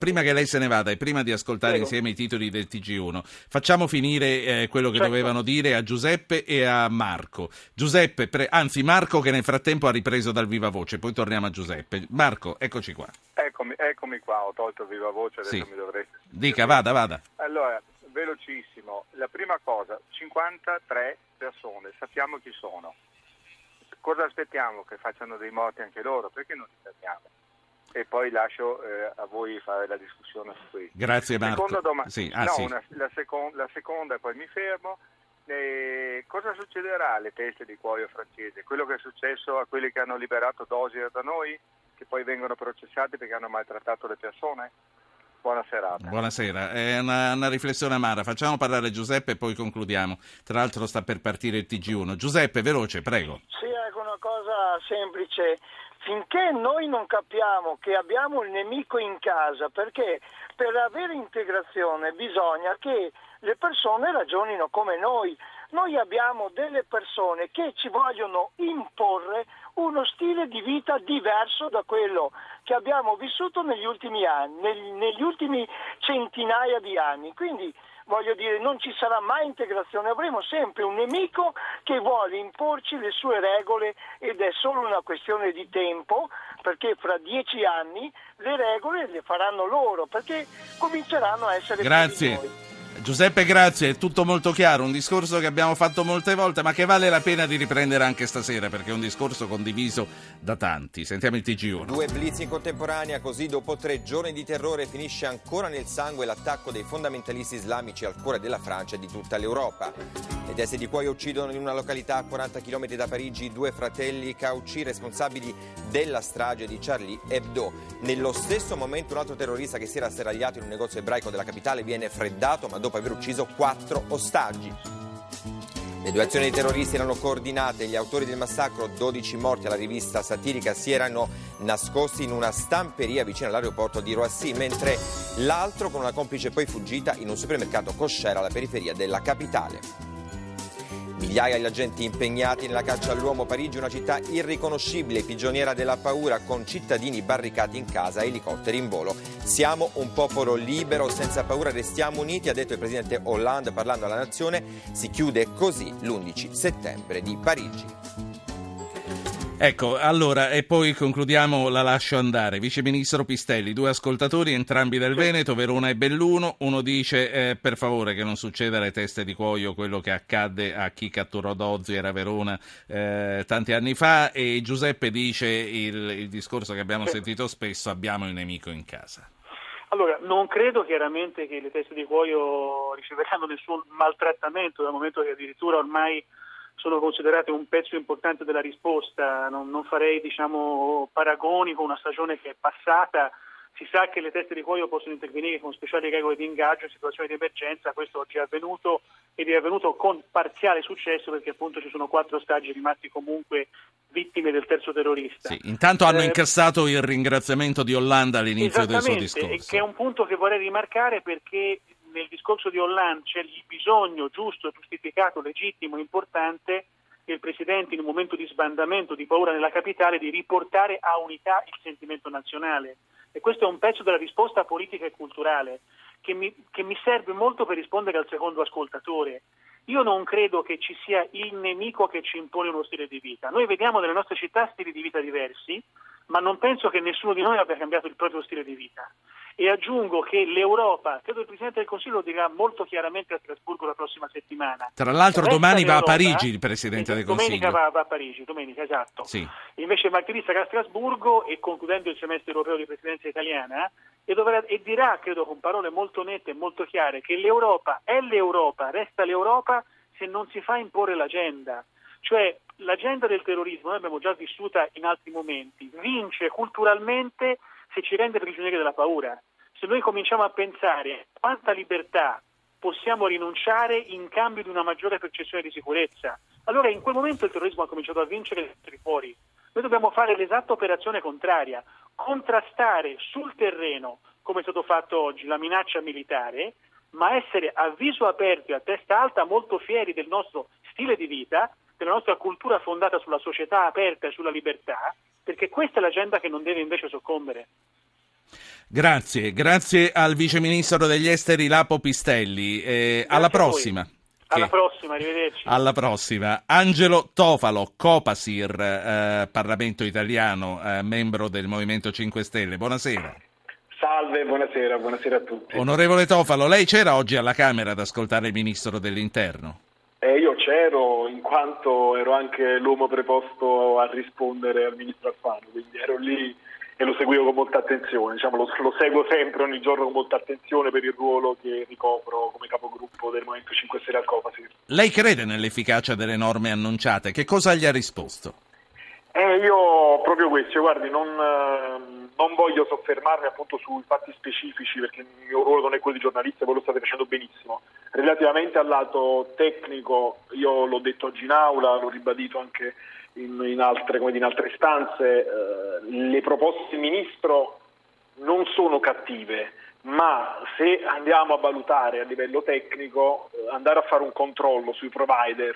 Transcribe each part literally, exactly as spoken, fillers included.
prima che lei se ne vada e prima di ascoltare Prego. insieme i titoli del T G uno, facciamo finire eh, quello che Certo. dovevano dire a Giuseppe e a Marco. Giuseppe, pre- anzi Marco che nel frattempo ha ripreso dal viva voce, poi torniamo a Giuseppe. Marco, eccoci qua. Eccomi, eccomi qua, ho tolto il viva voce, adesso Sì. mi dovreste... Dica, vada, vada. Allora, velocissimo. La prima cosa, cinquantatré persone, sappiamo chi sono. Cosa aspettiamo? Che facciano dei morti anche loro? Perché non li fermiamo? E poi lascio eh, a voi fare la discussione su questo. Grazie Marco. Seconda doma- sì. Ah, no, sì. una, la, secon- la seconda, poi mi fermo. Eh, cosa succederà alle teste di cuoio francese? Quello che è successo a quelli che hanno liberato Dosier da noi, che poi vengono processati perché hanno maltrattato le persone? Buona serata. Buonasera, è una, una riflessione amara. Facciamo parlare Giuseppe e poi concludiamo. Tra l'altro sta per partire il T G uno. Giuseppe, veloce, prego. Sì, ecco una cosa semplice. Finché noi non capiamo che abbiamo il nemico in casa, perché per avere integrazione bisogna che le persone ragionino come noi. Noi abbiamo delle persone che ci vogliono imporre uno stile di vita diverso da quello che abbiamo vissuto negli ultimi anni, negli, negli ultimi centinaia di anni. Quindi voglio dire, non ci sarà mai integrazione, avremo sempre un nemico che vuole imporci le sue regole ed è solo una questione di tempo, perché fra dieci anni le regole le faranno loro, perché cominceranno a essere Grazie. più di noi. Giuseppe, grazie, è tutto molto chiaro, un discorso che abbiamo fatto molte volte ma che vale la pena di riprendere anche stasera perché è un discorso condiviso da tanti. Sentiamo il T G uno. Due blitz in contemporanea, così dopo tre giorni di terrore finisce ancora nel sangue l'attacco dei fondamentalisti islamici al cuore della Francia e di tutta l'Europa. Le teste di cuoio uccidono in una località a quaranta chilometri da Parigi due fratelli Cauchy responsabili della strage di Charlie Hebdo. Nello stesso momento un altro terrorista che si era serragliato in un negozio ebraico della capitale viene freddato ma dopo aver ucciso quattro ostaggi. Le due azioni dei terroristi erano coordinate, gli autori del massacro, dodici morti alla rivista satirica, si erano nascosti in una stamperia vicino all'aeroporto di Roissy, mentre l'altro con una complice poi fuggita in un supermercato kosher alla periferia della capitale. Migliaia di agenti impegnati nella caccia all'uomo. Parigi, una città irriconoscibile, prigioniera della paura, con cittadini barricati in casa e elicotteri in volo. Siamo un popolo libero, senza paura, restiamo uniti, ha detto il presidente Hollande parlando alla nazione. Si chiude così l'undici settembre di Parigi. Ecco, allora, e poi concludiamo, la lascio andare. Vice Ministro Pistelli, due ascoltatori, entrambi del Veneto, Verona e Belluno. Uno dice, eh, per favore, che non succeda alle teste di cuoio quello che accadde a chi catturò Dozier a Verona eh, tanti anni fa, e Giuseppe dice il, il discorso che abbiamo sentito spesso, abbiamo il nemico in casa. Allora, non credo chiaramente che le teste di cuoio riceveranno nessun maltrattamento, dal momento che addirittura ormai sono considerate un pezzo importante della risposta. Non, non farei diciamo paragoni con una stagione che è passata. Si sa che le teste di cuoio possono intervenire con speciali regole di ingaggio in situazioni di emergenza, questo oggi è avvenuto ed è avvenuto con parziale successo perché appunto ci sono quattro ostaggi rimasti comunque vittime del terzo terrorista. Sì, intanto hanno eh, incassato il ringraziamento di Hollande all'inizio del suo discorso. Esattamente, che è un punto che vorrei rimarcare perché nel discorso di Hollande c'è il bisogno giusto, giustificato, legittimo, importante del Presidente in un momento di sbandamento, di paura nella capitale, di riportare a unità il sentimento nazionale. E questo è un pezzo della risposta politica e culturale che mi, che mi serve molto per rispondere al secondo ascoltatore. Io non credo che ci sia il nemico che ci impone uno stile di vita. Noi vediamo nelle nostre città stili di vita diversi, ma non penso che nessuno di noi abbia cambiato il proprio stile di vita. E aggiungo che l'Europa, credo il Presidente del Consiglio lo dirà molto chiaramente a Strasburgo la prossima settimana. Tra l'altro Resta domani va a l'Europa, Parigi il Presidente del Consiglio. Domenica va, va a Parigi, domenica, esatto. Sì. Invece martedì sarà a Strasburgo e concludendo il semestre europeo di presidenza italiana e, dovrà, e dirà, credo con parole molto nette e molto chiare, che l'Europa è l'Europa, resta l'Europa se non si fa imporre l'agenda. Cioè l'agenda del terrorismo, noi abbiamo già vissuta in altri momenti, vince culturalmente se ci rende prigionieri della paura. Se noi cominciamo a pensare a quanta libertà possiamo rinunciare in cambio di una maggiore percezione di sicurezza, allora in quel momento il terrorismo ha cominciato a vincere e essere fuori. Noi dobbiamo fare l'esatta operazione contraria, contrastare sul terreno, come è stato fatto oggi, la minaccia militare, ma essere a viso aperto e a testa alta molto fieri del nostro stile di vita, della nostra cultura fondata sulla società aperta e sulla libertà, perché questa è l'agenda che non deve invece soccombere. Grazie, grazie al viceministro degli esteri Lapo Pistelli. Eh, alla prossima. Alla che... prossima, arrivederci. Alla prossima. Angelo Tofalo, Copasir, eh, Parlamento italiano, eh, membro del Movimento cinque Stelle. Buonasera. Salve, buonasera, buonasera a tutti. Onorevole Tofalo, lei c'era oggi alla Camera ad ascoltare il Ministro dell'Interno? Eh, io c'ero in quanto ero anche l'uomo preposto a rispondere al Ministro Alfano, quindi ero lì e lo seguivo con molta attenzione, diciamo, lo, lo seguo sempre ogni giorno con molta attenzione per il ruolo che ricopro come capogruppo del Movimento cinque Stelle al Copasir. Lei crede nell'efficacia delle norme annunciate? Che cosa gli ha risposto? Eh, io proprio questo, guardi, non, non voglio soffermarmi appunto sui fatti specifici perché il mio ruolo non è quello di giornalista, voi lo state facendo benissimo. Relativamente al lato tecnico, io l'ho detto oggi in aula, l'ho ribadito anche in, in, altre, come in altre istanze, eh, le proposte del Ministro non sono cattive, ma se andiamo a valutare a livello tecnico, eh, andare a fare un controllo sui providers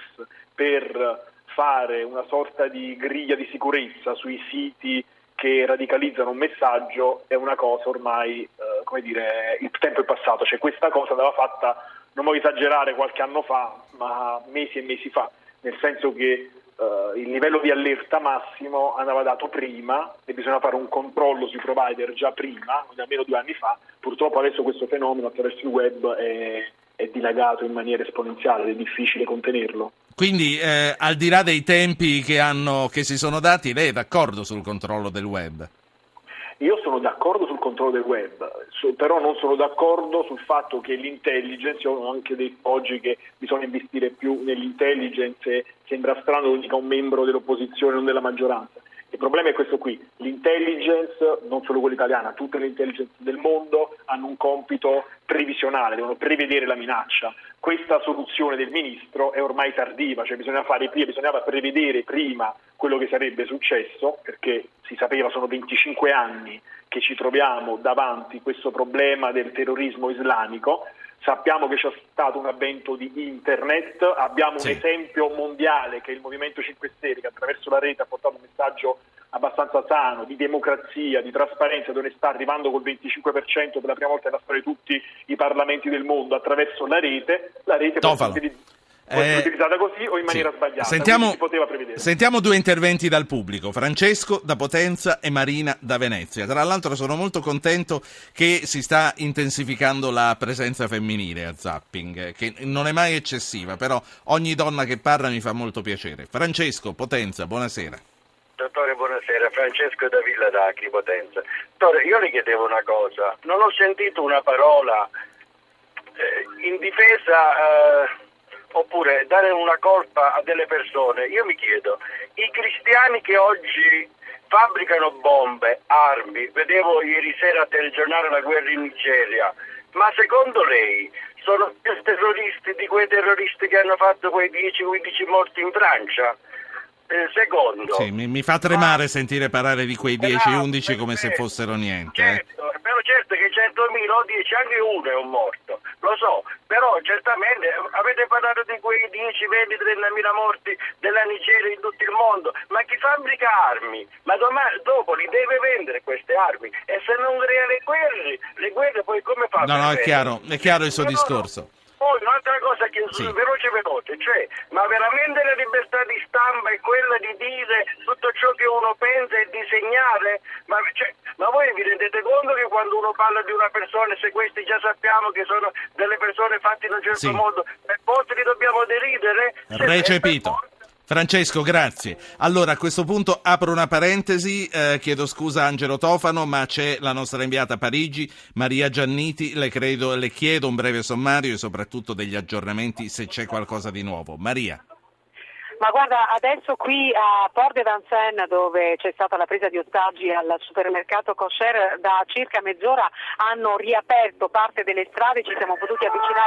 per fare una sorta di griglia di sicurezza sui siti che radicalizzano un messaggio è una cosa ormai, eh, come dire, il tempo è passato, cioè questa cosa andava fatta, non voglio esagerare, qualche anno fa, ma mesi e mesi fa, nel senso che eh, il livello di allerta massimo andava dato prima e bisogna fare un controllo sui provider già prima, quindi almeno due anni fa. Purtroppo adesso questo fenomeno attraverso il web è, è dilagato in maniera esponenziale ed è difficile contenerlo. Quindi eh, al di là dei tempi che, hanno, che si sono dati, lei è d'accordo sul controllo del web? Io sono d'accordo sul controllo del web, so, però non sono d'accordo sul fatto che l'intelligence, io ho anche detto oggi che bisogna investire più nell'intelligence, sembra strano che dica un membro dell'opposizione, non della maggioranza. Il problema è questo qui, l'intelligence, non solo quella italiana, tutte le intelligence del mondo hanno un compito previsionale, devono prevedere la minaccia. Questa soluzione del Ministro è ormai tardiva, cioè bisogna fare, bisognava prevedere prima quello che sarebbe successo, perché si sapeva, sono venticinque anni che ci troviamo davanti questo problema del terrorismo islamico. Sappiamo che c'è stato un avvento di internet, abbiamo sì. un esempio mondiale che è il Movimento cinque Stelle che attraverso la rete ha portato un messaggio abbastanza sano, di democrazia, di trasparenza, dove sta arrivando col venticinque per cento per la prima volta nella storia di tutti i parlamenti del mondo attraverso la rete. La rete può essere utilizzata Può essere eh, utilizzata così o in maniera sì. sbagliata. Sentiamo, si poteva prevedere. Sentiamo due interventi dal pubblico, Francesco da Potenza e Marina da Venezia. Tra l'altro sono molto contento che si sta intensificando la presenza femminile a Zapping, che non è mai eccessiva, però ogni donna che parla mi fa molto piacere. Francesco, Potenza, buonasera. Dottore, buonasera, Francesco da Villa d'Acri, Potenza. Dottore, io le chiedevo una cosa, non ho sentito una parola eh, in difesa... Eh, oppure dare una colpa a delle persone. Io mi chiedo, i cristiani che oggi fabbricano bombe, armi, vedevo ieri sera al telegiornale la guerra in Nigeria, ma secondo lei sono più terroristi di quei terroristi che hanno fatto quei dieci quindici morti in Francia? Eh, secondo... Sì, mi, mi fa tremare ma... sentire parlare di quei dieci undici come se fossero niente. Certo, eh. però certo che centomila o dieci, anche uno è un morto, lo so, però certamente avete parlato di quei dieci, venti, trentamila morti della Nigeria in tutto il mondo, ma chi fabbrica armi? Ma domani, dopo li deve vendere queste armi, e se non crea le guerre, le guerre poi come fa? No, no, è chiaro, è chiaro il suo no, discorso. No, no. Poi un'altra cosa che sì. veloce veloce, cioè, ma veramente la libertà di stampa è quella di dire tutto ciò che uno pensa e disegnare? Ma, cioè, ma voi vi rendete conto che quando uno parla di una persona, se questi già sappiamo che sono delle persone fatte in un certo sì. modo, per forza li dobbiamo deridere? Recepito. Francesco, grazie. Allora, a questo punto apro una parentesi, eh, chiedo scusa a Angelo Tofano, ma c'è la nostra inviata a Parigi, Maria Gianniti, le, credo, le chiedo un breve sommario e soprattutto degli aggiornamenti se c'è qualcosa di nuovo. Maria. Ma guarda, adesso qui a Port de Vincennes, dove c'è stata la presa di ostaggi al supermercato Kosher, da circa mezz'ora hanno riaperto parte delle strade, ci siamo potuti avvicinare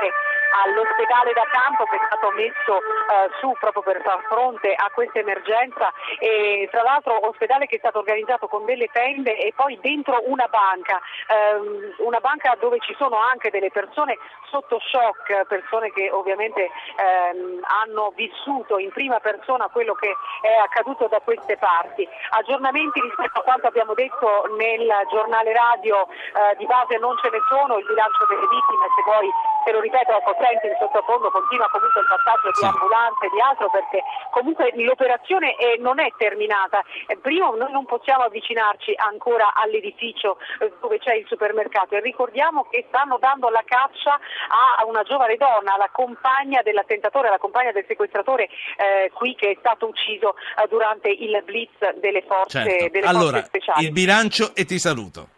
all'ospedale da campo che è stato messo eh, su proprio per far fronte a questa emergenza, e tra l'altro ospedale che è stato organizzato con delle tende e poi dentro una banca, ehm, una banca dove ci sono anche delle persone sotto shock, persone che ovviamente ehm, hanno vissuto in prima persona quello che è accaduto da queste parti. Aggiornamenti rispetto a quanto abbiamo detto nel giornale radio, eh, di base non ce ne sono, il bilancio delle vittime, se poi te lo ripeto, ecco, senti in sottofondo continua comunque il passaggio di sì. ambulanze e di altro, perché comunque l'operazione è, non è terminata. Eh, primo noi non possiamo avvicinarci ancora all'edificio eh, dove c'è il supermercato, e ricordiamo che stanno dando la caccia a una giovane donna, la compagna dell'attentatore, la compagna del sequestratore eh, qui che è stato ucciso eh, durante il blitz delle forze, certo. delle allora, forze speciali. Il bilancio, e ti saluto.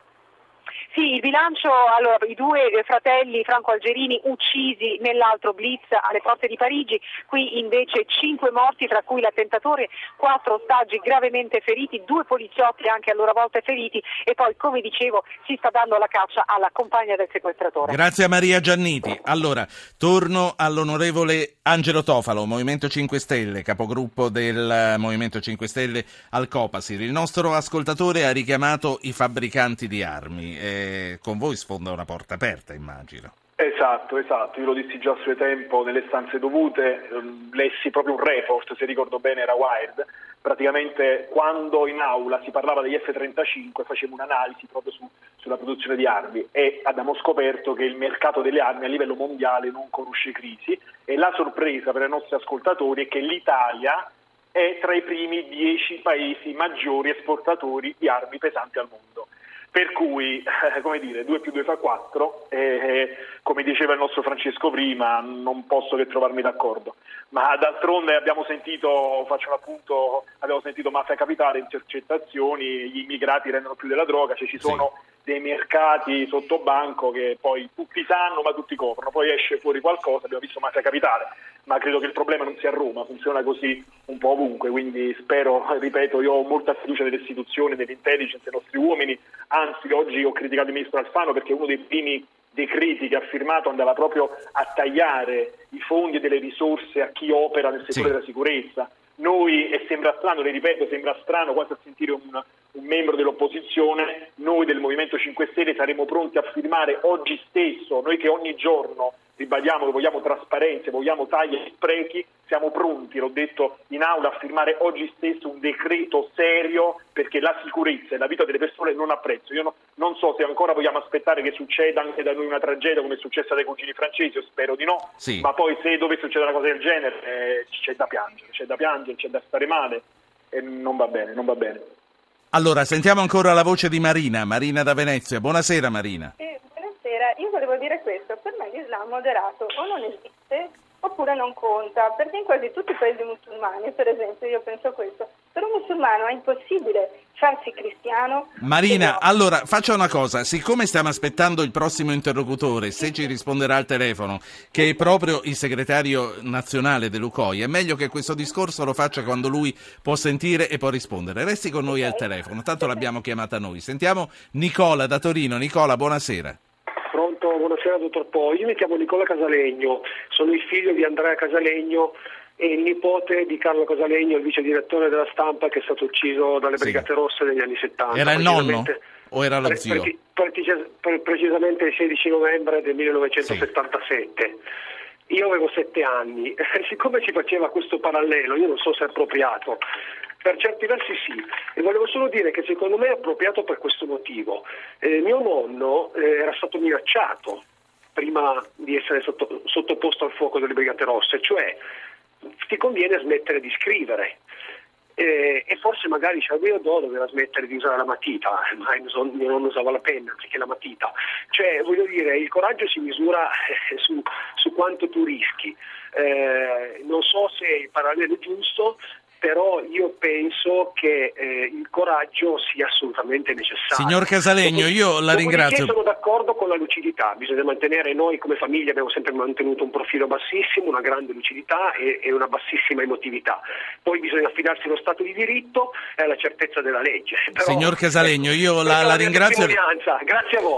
Sì, il bilancio, allora, i due fratelli franco-algerini uccisi nell'altro blitz alle porte di Parigi, qui invece cinque morti, tra cui l'attentatore, quattro ostaggi gravemente feriti, due poliziotti anche a loro volta feriti, e poi, come dicevo, si sta dando la caccia alla compagna del sequestratore. Grazie a Maria Gianniti. Allora, torno all'onorevole Angelo Tofalo, Movimento cinque Stelle, capogruppo del Movimento cinque Stelle al Copasir. Il nostro ascoltatore ha richiamato i fabbricanti di armi. Eh, con voi sfonda una porta aperta, immagino. Esatto, esatto, io lo dissi già a suo tempo nelle stanze dovute, lessi proprio un report, se ricordo bene era Wired, praticamente quando in aula si parlava degli F trentacinque facevo un'analisi proprio su, sulla produzione di armi, e abbiamo scoperto che il mercato delle armi a livello mondiale non conosce crisi, e la sorpresa per i nostri ascoltatori è che l'Italia è tra i primi dieci paesi maggiori esportatori di armi pesanti al mondo. Per cui, eh, come dire, due più due fa quattro, e eh, come diceva il nostro Francesco prima, non posso che trovarmi d'accordo. Ma d'altronde abbiamo sentito, faccio un appunto, abbiamo sentito Mafia Capitale, intercettazioni, gli immigrati rendono più della droga, cioè ci sono sì. dei mercati sotto banco che poi tutti sanno ma tutti coprono, poi esce fuori qualcosa, abbiamo visto Mafia Capitale, ma credo che il problema non sia a Roma, funziona così un po' ovunque, quindi spero, ripeto, io ho molta fiducia nelle istituzioni, nell'intelligence, nei nostri uomini, anzi oggi ho criticato il ministro Alfano perché uno dei primi decreti che ha firmato andava proprio a tagliare i fondi e delle risorse a chi opera nel settore sì. della sicurezza. Noi, e sembra strano, le ripeto, sembra strano quasi a sentire un, un membro dell'opposizione, noi del Movimento cinque Stelle saremo pronti a firmare oggi stesso, noi che ogni giorno ribadiamo che vogliamo trasparenza, vogliamo tagli e sprechi, siamo pronti, l'ho detto in aula, a firmare oggi stesso un decreto serio, perché la sicurezza e la vita delle persone non ha prezzo. Io no, non so se ancora vogliamo aspettare che succeda anche da noi una tragedia come è successa dai cugini francesi, io spero di no, sì. ma poi se dovesse succedere una cosa del genere eh, c'è da piangere, c'è da piangere, c'è da stare male e non va bene, non va bene. Allora, sentiamo ancora la voce di Marina, Marina da Venezia. Buonasera Marina. Eh, buonasera, io volevo dire questo, per me l'Islam moderato o non esiste oppure non conta, perché in quasi tutti i paesi musulmani, per esempio, io penso questo, per un musulmano è impossibile farsi cristiano. Marina, no. Allora faccia una cosa, siccome stiamo aspettando il prossimo interlocutore, se ci risponderà al telefono, che è proprio il segretario nazionale dell'U C O I, è meglio che questo discorso lo faccia quando lui può sentire e può rispondere. Resti con noi okay. al telefono, tanto l'abbiamo chiamata noi. Sentiamo Nicola da Torino. Nicola, buonasera. Pronto, buonasera dottor Po. Io mi chiamo Nicola Casalegno, sono il figlio di Andrea Casalegno e il nipote di Carlo Casalegno, il vice direttore della Stampa che è stato ucciso dalle sì. Brigate Rosse negli anni settanta. Era il nonno o era lo zio? Pre- pre- pre- precisamente il sedici novembre del millenovecentosettantasette. Sì. Io avevo sette anni, siccome si faceva questo parallelo, io non so se è appropriato. Per certi versi sì, e volevo solo dire che secondo me è appropriato per questo motivo. Eh, mio nonno eh, era stato minacciato prima di essere sotto, sottoposto al fuoco delle Brigate Rosse, cioè ti conviene smettere di scrivere. Eh, e forse magari Charbiodò doveva smettere di usare la matita, ma mio nonno usava la penna anziché la matita. Cioè, voglio dire, il coraggio si misura eh, su, su quanto tu rischi. Eh, non so se il parallelo è giusto, però io penso che eh, il coraggio sia assolutamente necessario. Signor Casalegno, io la ringrazio. Io sono d'accordo con la lucidità, bisogna mantenere, noi come famiglia abbiamo sempre mantenuto un profilo bassissimo, una grande lucidità e, e una bassissima emotività. Poi bisogna affidarsi allo Stato di diritto e alla certezza della legge. Però, Signor Casalegno, io la, la ringrazio. Grazie a voi.